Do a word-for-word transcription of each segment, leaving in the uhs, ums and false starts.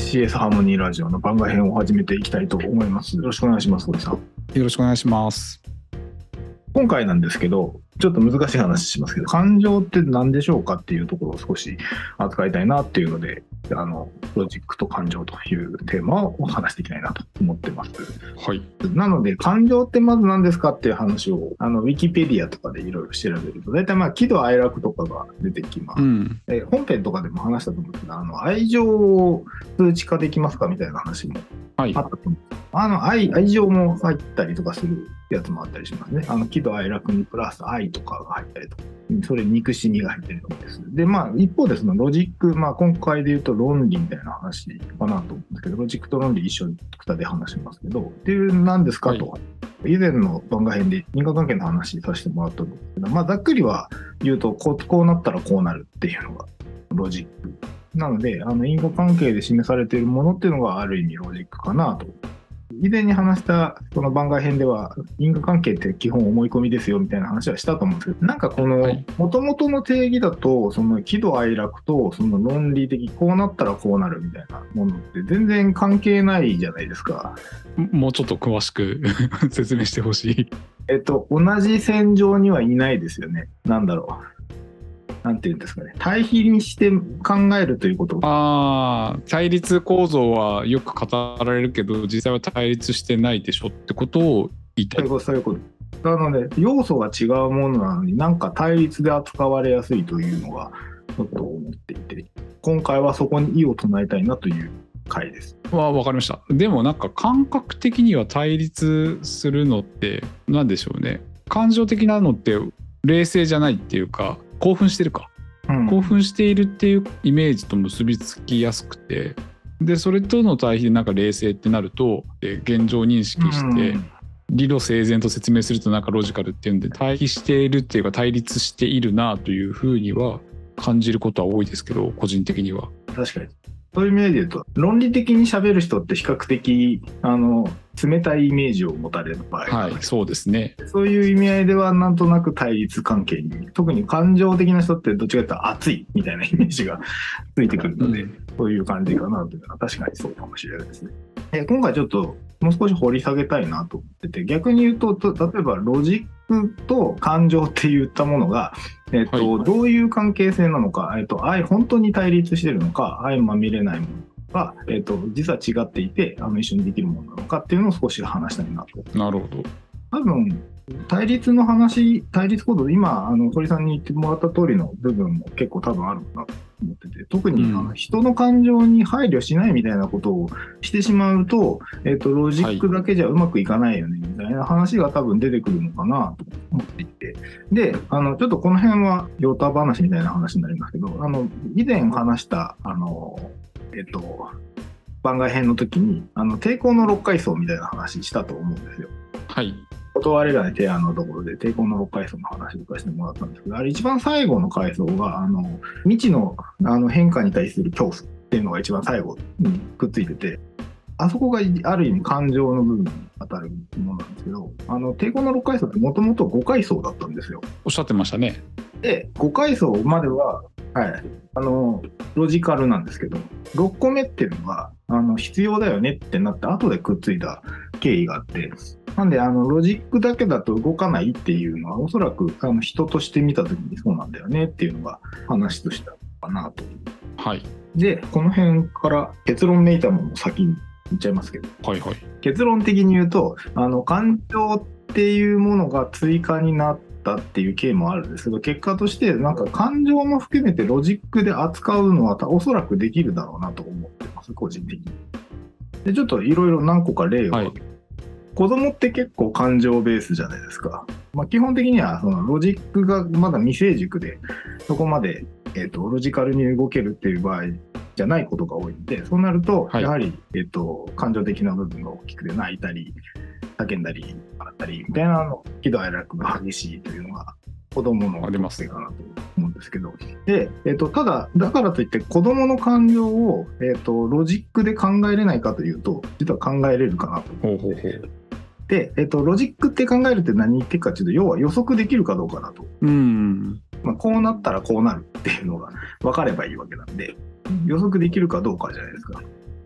シーエス ハーモニーラジオの番外編を始めていきたいと思います。よろしくお願いします。堀さん。 よろしくお願いします。 今回なんですけど、ちょっと難しい話しますけど、感情って何でしょうかっていうところを少し扱いたいなっていうので、あのロジックと感情というテーマを話していきたいなと思ってます。 はい。 なので、感情ってまず何ですかっていう話をあのウィキペディアとかでいろいろ調べると、大体まあ喜怒哀楽とかが出てきます。うん、え本編とかでも話したと思うんですけど、あの愛情を数値化できますかみたいな話もあったと思うんです。はい、あの 愛, 愛情も入ったりとかするやつもあったりしますね。あの喜怒哀楽にプラス愛とかが入ったりとか、それ憎しみが入ってるとかです。で、まあ一方でそのロジック、まあ今回で言うと論理みたいな話かなと思うんですけど、ロジックと論理一緒にくたで話しますけど、っていう何ですかと、はい、以前の番外編で因果関係の話させてもらったんですけど、まあざっくりは言うとこう、こうなったらこうなるっていうのがロジック。なので、あの因果関係で示されているものっていうのがある意味ロジックかなと。以前に話したその番外編では因果関係って基本思い込みですよみたいな話はしたと思うんですけど、なんかこの元々の定義だとその喜怒哀楽とその論理的こうなったらこうなるみたいなものって全然関係ないじゃないですか。 もうちょっと詳しく説明してほしい。 えっと同じ線上にはいないですよね。なんだろう。なんていうんですかね、対比にして考えるということ。 ああ、対立構造はよく語られるけど実際は対立してないでしょってことを言いたい。 そういうこと、そういうこと。なので要素が違うものなのになんか対立で扱われやすいというのがちょっと思っていて、今回はそこに異を唱えたいなという回です。 わ分かりました。でもなんか感覚的には対立するのって何でしょうね。感情的なのって冷静じゃないっていうか興奮してるか、うん、興奮しているっていうイメージと結びつきやすくて、でそれとの対比でなんか冷静ってなると現状認識して、うん、理路整然と説明するとなんかロジカルっていうんで対比しているっていうか対立しているなというふうには感じることは多いですけど、個人的には。 確かにそういう意味で言うと論理的に喋る人って比較的あの冷たいイメージを持たれる場合がある。 はい、そうですね。 そういう意味合いではなんとなく対立関係に、特に感情的な人ってどっちかというと熱いみたいなイメージがついてくるので、うん、そういう感じかなというのは確かにそうかもしれないですね。え今回ちょっともう少し掘り下げたいなと思ってて、逆に言うと例えばロジックと感情って言ったものが、えっとはい、どういう関係性なのか、えっと、愛本当に対立してるのか、相まみれないものが、えっと、実は違っていてあの一緒にできるものなのかっていうのを少し話したいなと。 なるほど。 多分対立の話、対立構造、今あの堀さんに言ってもらった通りの部分も結構多分あるかなと思ってて、特に、うん、あの人の感情に配慮しないみたいなことをしてしまうと、えーと、ロジックだけじゃうまくいかないよねみたいな話が多分出てくるのかなと思っていて、で、あのちょっとこの辺はヨタ話みたいな話になりますけど、あの以前話したあのえっ、ー、と番外編の時にあの抵抗のろっかい層みたいな話したと思うんですよ。 はい。 断れない提案のところで抵抗のろっかい層の話とかしてもらったんですけど、あれ一番最後の階層があの未知の、あの変化に対する恐怖っていうのが一番最後にくっついてて、あそこがある意味感情の部分に当たるものなんですけど、あの抵抗のろっかい層ってもともとごかい層だったんですよ。 おっしゃってましたね。 でごかい層までは、はい、あのロジカルなんですけど、ろっこめっていうのがあの必要だよねってなって後でくっついた経緯があって、なんであのロジックだけだと動かないっていうのはおそらくあの人として見たときにそうなんだよねっていうのが話としてかなと。 はい。 でこの辺から結論めいたものを先に言っちゃいますけど、 はいはい、 結論的に言うとあの感情っていうものが追加になったっていう経緯もあるんですけど、結果としてなんか感情も含めてロジックで扱うのはおそらくできるだろうなと思ってます、個人的に。でちょっといろいろ何個か例を挙げて、はい、子供って結構感情ベースじゃないですか。まあ、基本的にはそのロジックがまだ未成熟でそこまで、えーと、ロジカルに動けるっていう場合じゃないことが多いので、そうなるとやはり、はい、えーと、感情的な部分が大きくて泣いたり叫んだり笑ったりみたいなの喜怒哀楽が激しいというのが子供の特性かなと思うんですけど、で、えーと、ただだからといって子供の感情を、えーと、ロジックで考えれないかというと実は考えれるかなと思って。ほうほうほう。で、えっと、ロジックって考えるって何言ってるかというと、要は予測できるかどうかだと。うん。まあ、こうなったらこうなるっていうのが分かればいいわけなんで、予測できるかどうかじゃないですか。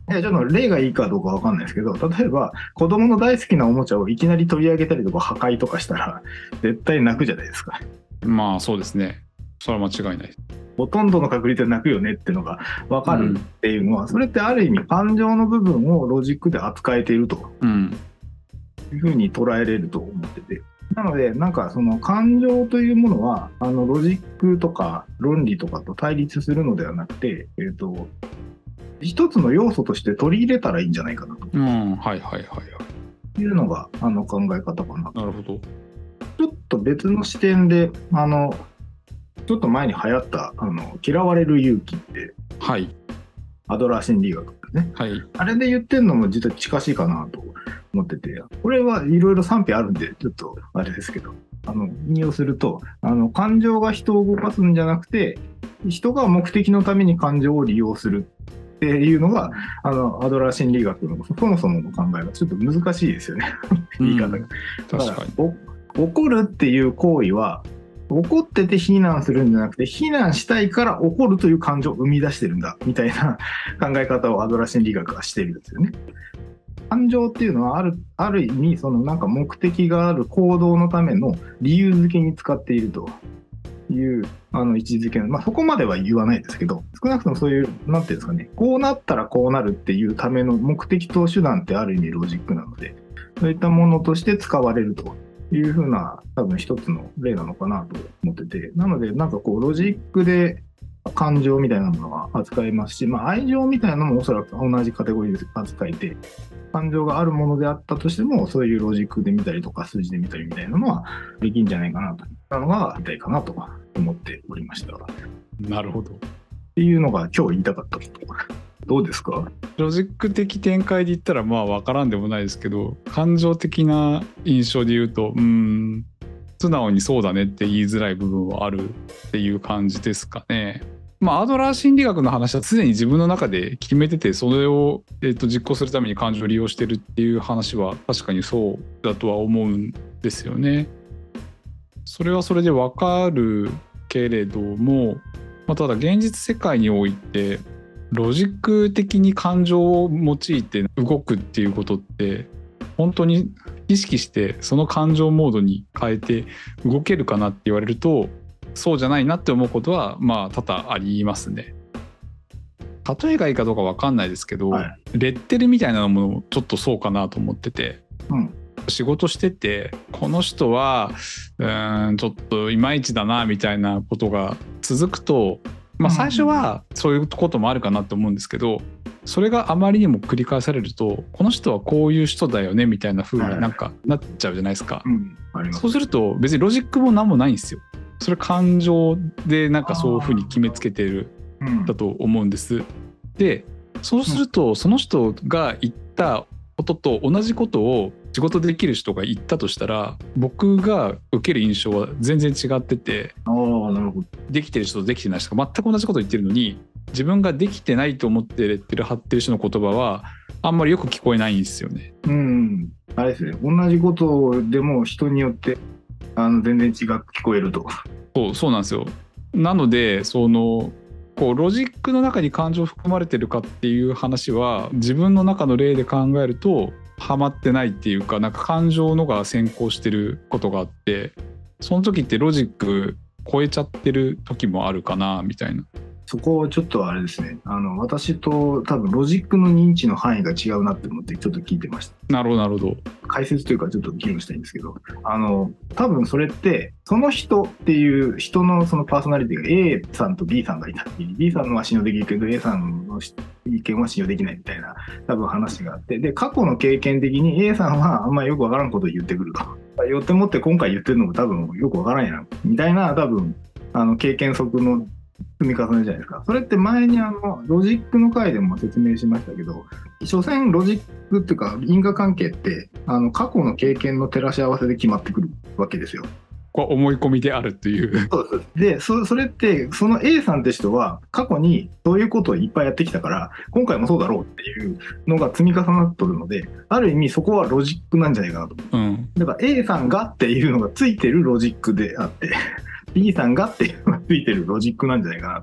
いやちょっと例がいいかどうかわかんないですけど、例えば子供の大好きなおもちゃをいきなり取り上げたりとか破壊とかしたら絶対泣くじゃないですか。 まあそうですね。それは間違いない。 ほとんどの確率で泣くよねっていうのが分かるっていうのは、うん、それってある意味感情の部分をロジックで扱えているというふうに捉えれると思ってて、なのでなんかその感情というものはあのロジックとか論理とかと対立するのではなくて、えーと、一つの要素として取り入れたらいいんじゃないかなと、 うん、はいはいはいはいいうのがあの考え方かな。 なるほど。 ちょっと別の視点であのちょっと前に流行ったあの嫌われる勇気って、 はい、 アドラー心理学ですね、 はい、 あれで言ってるのも実は近しいかなと思ってて、これはいろいろ賛否あるんでちょっとあれですけど、あの引用すると、あの感情が人を動かすんじゃなくて人が目的のために感情を利用するっていうのがあのアドラー心理学のそもそもの考えがちょっと難しいですよね言い方が、うん、 確かに怒るっていう行為は怒ってて非難するんじゃなくて非難したいから怒るという感情を生み出してるんだみたいな考え方をアドラー心理学がしているんですよね。感情っていうのはある、ある意味そのなんか目的がある行動のための理由付けに使っているというあの位置づけの、まあ、そこまでは言わないですけど、少なくともそういうなんていうんですかね、こうなったらこうなるっていうための目的と手段ってある意味ロジックなので、そういったものとして使われるというふうな多分一つの例なのかなと思ってて、なのでなんかこうロジックで感情みたいなものは扱いますし、まあ、愛情みたいなのもおそらく同じカテゴリーで扱えて、感情があるものであったとしてもそういうロジックで見たりとか数字で見たりみたいなのはできるんじゃないかなというのが言いたいかなと思っておりました。 なるほど。 っていうのが今日言いたかったこと。どうですか？ ロジック的展開で言ったらまあ分からんでもないですけど、感情的な印象で言うと、うーん素直にそうだねって言いづらい部分はあるっていう感じですかね。まあアドラー心理学の話は常に自分の中で決めてて、それを、えーと、実行するために感情を利用してるっていう話は確かにそうだとは思うんですよね。それはそれで分かるけれども、まあ、ただ現実世界においてロジック的に感情を用いて動くっていうことって本当に意識してその感情モードに変えて動けるかなって言われると、そうじゃないなって思うことはまあ多々ありますね。例えがいいかどうか分かんないですけど、はい、レッテルみたいなものもちょっとそうかなと思ってて、うん、仕事しててこの人はうーんちょっといまいちだなみたいなことが続くと、まあ、最初はそういうこともあるかなと思うんですけど、それがあまりにも繰り返されるとこの人はこういう人だよねみたいな風になんかなっちゃうじゃないですか、はいうんあります。そうすると別にロジックも何もないんですよ。それ感情でなんかそういう風に決めつけてるだと思うんです。でそうするとその人が言ったことと同じことを仕事できる人が言ったとしたら、僕が受ける印象は全然違ってて、 あーなるほど。 できてる人とできてない人が全く同じこと言ってるのに、自分ができてないと思ってる貼ってる人の言葉はあんまりよく聞こえないんですよね。 うんあれですね、同じことでも人によってあの全然違く聞こえると。 そうそうなんですよ。なのでそのこうロジックの中に感情含まれてるかっていう話は自分の中の例で考えるとハマってないっていうか、なんか感情のが先行してることがあって、その時ってロジック超えちゃってる時もあるかなみたいな。 そこはちょっとあれですね、あの私と多分ロジックの認知の範囲が違うなって思ってちょっと聞いてました。 なるほどなるほど。 解説というかちょっと議論したいんですけど、あの多分それってその人っていう人のそのパーソナリティが A さんと B さんがいた時に B さんのは信用できるけど A さんの意見は信用できないみたいな多分話があって、で過去の経験的に A さんはあんまりよくわからんことを言ってくると、よってもって今回言ってるのも多分よくわからんやなみたいな多分あの経験則の積み重ねじゃないですか。それって前にあのロジックの回でも説明しましたけど、所詮ロジックっていうか因果関係ってあの過去の経験の照らし合わせで決まってくるわけですよ。 これ思い込みであるっていう。 そうです。で そ, それってその A さんって人は過去にそういうことをいっぱいやってきたから今回もそうだろうっていうのが積み重なってるので、ある意味そこはロジックなんじゃないかなと、うん、だから A さんがっていうのがついてるロジックであってB さんがっていうのがついてるロジックなんじゃないかなと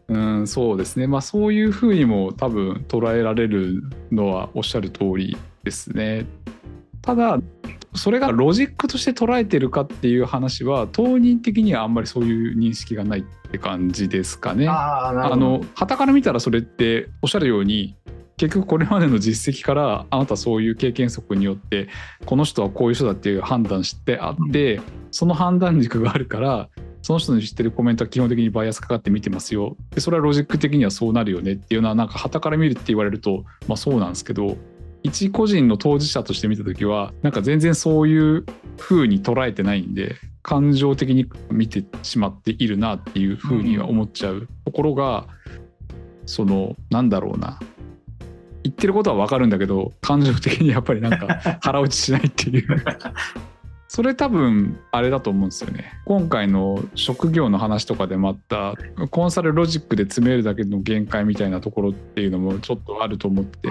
うん、そうですね。まあそういうふうにも多分捉えられるのはおっしゃる通りですね。ただそれがロジックとして捉えてるかっていう話は当人的にはあんまりそういう認識がないって感じですかね。 ああの傍から見たらそれっておっしゃるように結局これまでの実績からあなたそういう経験則によってこの人はこういう人だっていう判断してあって、うん、その判断軸があるからその人の知ってるコメントは基本的にバイアスかかって見てますよ。でそれはロジック的にはそうなるよねっていうのはなんか傍から見るって言われるとまあそうなんですけど、一個人の当事者として見た時はなんか全然そういう風に捉えてないんで感情的に見てしまっているなっていう風には思っちゃうところが、そのなんだろうな、言ってることは分かるんだけど感情的にやっぱりなんか腹落ちしないっていうそれ多分あれだと思うんですよね。今回の職業の話とかでもあったコンサルロジックで詰めるだけの限界みたいなところっていうのもちょっとあると思って、うん、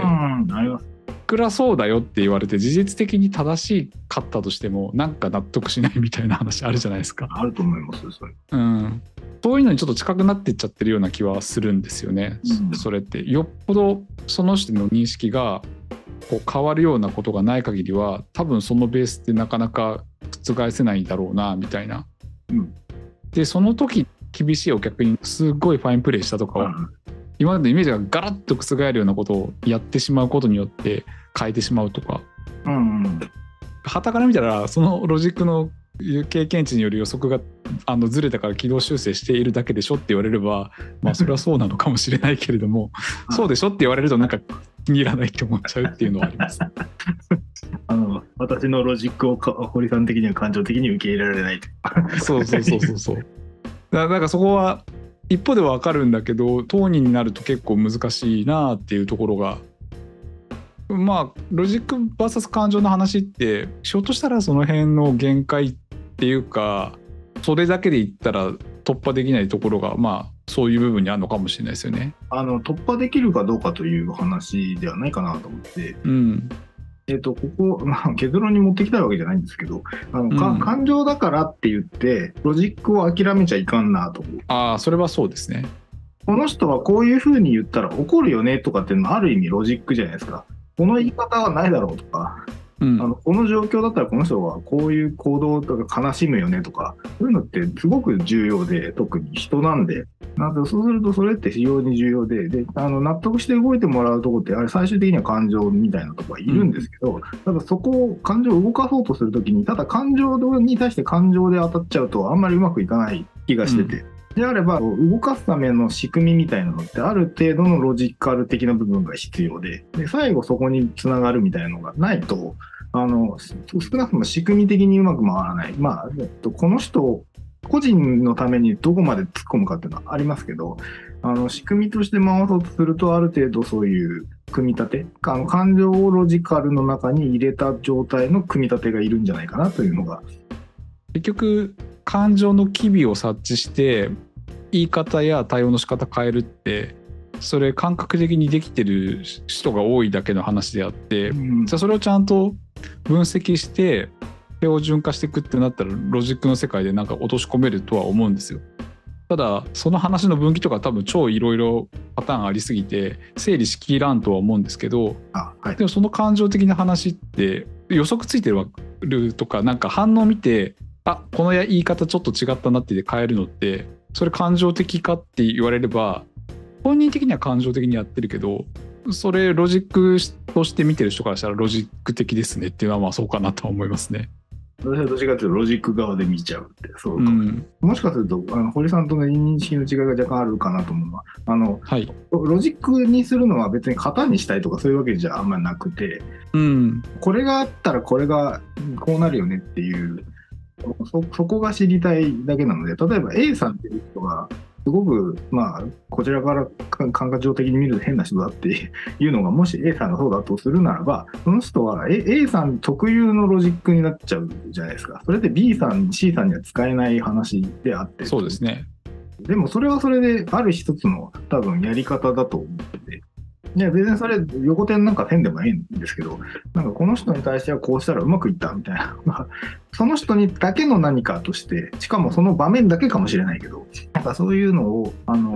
あります。いくらそうだよって言われて事実的に正しかったとしてもなんか納得しないみたいな話あるじゃないですか。 あると思いますそれ、 うん、そういうのにちょっと近くなっていっちゃってるような気はするんですよね、うん、それってよっぽどその人の認識がこう変わるようなことがない限りは多分そのベースってなかなか覆せないだろうなみたいな、うん、でその時厳しいお客にすごいファインプレーしたとかを、うん、今までのイメージがガラッと覆るようなことをやってしまうことによって変えてしまうとか、うんうん、傍から見たらそのロジックの経験値による予測があのずれたから軌道修正しているだけでしょって言われればまあそれはそうなのかもしれないけれどもそうでしょって言われるとなんか気に入らないって思っちゃうっていうのはありますあの私のロジックを堀さん的には感情的に受け入れられないそうそうそうそうそうだからそこは一方では分かるんだけど当人になると結構難しいなっていうところが、まあロジック ブイエス 感情の話ってひょっとしたらその辺の限界っていうかそれだけで言ったら突破できないところがまあそういう部分にあるのかもしれないですよね。あの突破できるかどうかという話ではないかなと思って、うんえー、とここ、まあ、結論に持ってきたいわけじゃないんですけどあの、うん、感情だからって言ってロジックを諦めちゃいかんなと思う。 ああそれはそうですね。 この人はこういうふうに言ったら怒るよねとかっていうのはある意味ロジックじゃないですか。この言い方はないだろうとか、うん、あのこの状況だったらこの人はこういう行動とか悲しむよねとかそういうのってすごく重要で特に人なんでなんでそうするとそれって非常に重要で、であの納得して動いてもらうところってあれ最終的には感情みたいなところはいるんですけど、うん、ただそこを感情を動かそうとするときにただ感情に対して感情で当たっちゃうとあんまりうまくいかない気がしてて、うんであれば動かすための仕組みみたいなのってある程度のロジカル的な部分が必要 で, で最後そこにつながるみたいなのがないとあの少なくとも仕組み的にうまく回らない、まあ、この人個人のためにどこまで突っ込むかっていうのはありますけどあの仕組みとして回そうとするとある程度そういう組み立てあの感情をロジカルの中に入れた状態の組み立てがいるんじゃないかなというのが結局感情の機微を察知して言い方や対応の仕方変えるってそれ感覚的にできてる人が多いだけの話であって、うん、じゃあそれをちゃんと分析して標準化していくってなったらロジックの世界でなんか落とし込めるとは思うんですよ。ただその話の分岐とか多分超いろいろパターンありすぎて整理しきらんとは思うんですけど、あ、はい、でもその感情的な話って予測ついてるとかなんか反応を見てあこの言い方ちょっと違ったなって変えるのってそれ感情的かって言われれば本人的には感情的にやってるけどそれロジックとして見てる人からしたらロジック的ですねっていうのはまあそうかなと思いますね。 私はどっちかというとロジック側で見ちゃうってそうかも、うん、もしかするとあの堀さんとの認識の違いが若干あるかなと思うのはあの、はい、ロジックにするのは別に型にしたいとかそういうわけじゃあんまりなくて、うん、これがあったらこれがこうなるよねっていうそ, そこが知りたいだけなので例えば A さんっていう人がすごくまあこちらから感覚上的に見ると変な人だっていうのがもし A さんがそうだとするならばその人は A, A さん特有のロジックになっちゃうじゃないですか。それで B さん C さんには使えない話であってそうですね。 でもそれはそれである一つの多分やり方だと思ってていや別にそれ横転なんかせんでもいいんですけどなんかこの人に対してはこうしたらうまくいったみたいなその人にだけの何かとしてしかもその場面だけかもしれないけどなんかそういうのをあの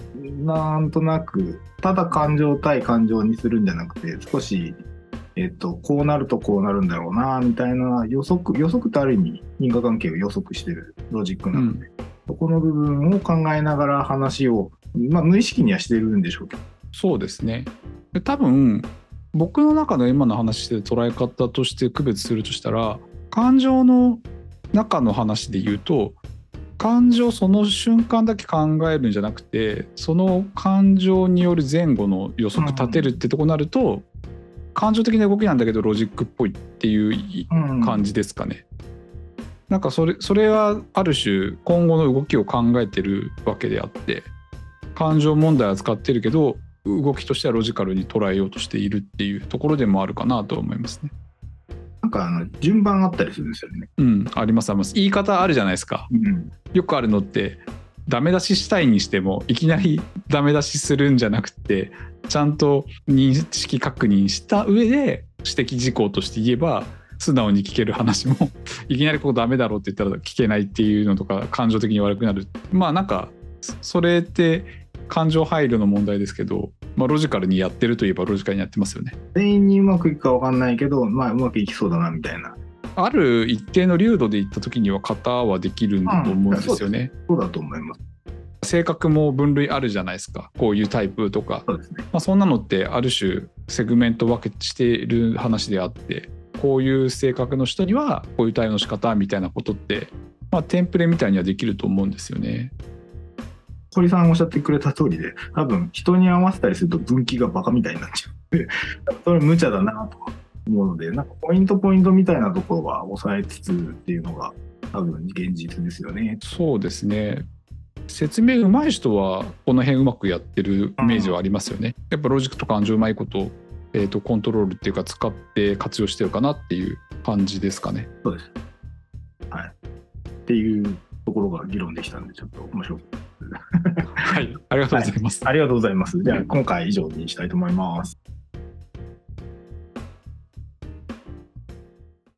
なんとなくただ感情対感情にするんじゃなくて、少し、えっと、こうなるとこうなるんだろうなみたいな予測予測ってある意味因果関係を予測してるロジックなので、うん、そこの部分を考えながら話を、まあ、無意識にはしてるんでしょうけど。 そうですね。で多分僕の中の今の話で捉え方として区別するとしたら、感情の中の話で言うと、感情その瞬間だけ考えるんじゃなくて、その感情による前後の予測立てるってとこになると、うん、感情的な動きなんだけどロジックっぽいっていう感じですかね、うん、なんかそれ、それはある種今後の動きを考えてるわけであって、感情問題は使ってるけど動きとしてはロジカルに捉えようとしているっていうところでもあるかなと思いますね。 なんかあの順番あったりするんですよね。 うん、ありますあります。言い方あるじゃないですか、うん、よくあるのってダメ出ししたいにしてもいきなりダメ出しするんじゃなくて、ちゃんと認識確認した上で指摘事項として言えば素直に聞ける話もいきなりこうダメだろうって言ったら聞けないっていうのとか、感情的に悪くなる、まあなんかそれって感情配慮の問題ですけど、まあ、ロジカルにやってるといえばロジカルにやってますよね。 全員にうまくいくか分かんないけど、まあ、うまくいきそうだなみたいな。 ある一定の流度でいった時には型はできるんだと思うんですよね、 うん、そうだと思います。 性格も分類あるじゃないですか、こういうタイプとか。 そうですね。 まあ、そんなのってある種セグメント分けしている話であって、こういう性格の人にはこういう対応の仕方みたいなことって、まあ、テンプレみたいにはできると思うんですよね。 堀さんおっしゃってくれた通りで、多分人に合わせたりすると分岐がバカみたいになっちゃうのでそれ無茶だなと思うので、なんかポイントポイントみたいなところは抑えつつっていうのが多分現実ですよね。 そうですね。説明上手い人はこの辺うまくやってるイメージはありますよね、うん、やっぱロジックと感情うまいこと、えーと、コントロールっていうか使って活用してるかなっていう感じですかね。 そうです、はい、っていうところが議論できたんで、ちょっと面白いはい、ありがとうございます、 はい、ありがとうございます。じゃあ今回以上にしたいと思います。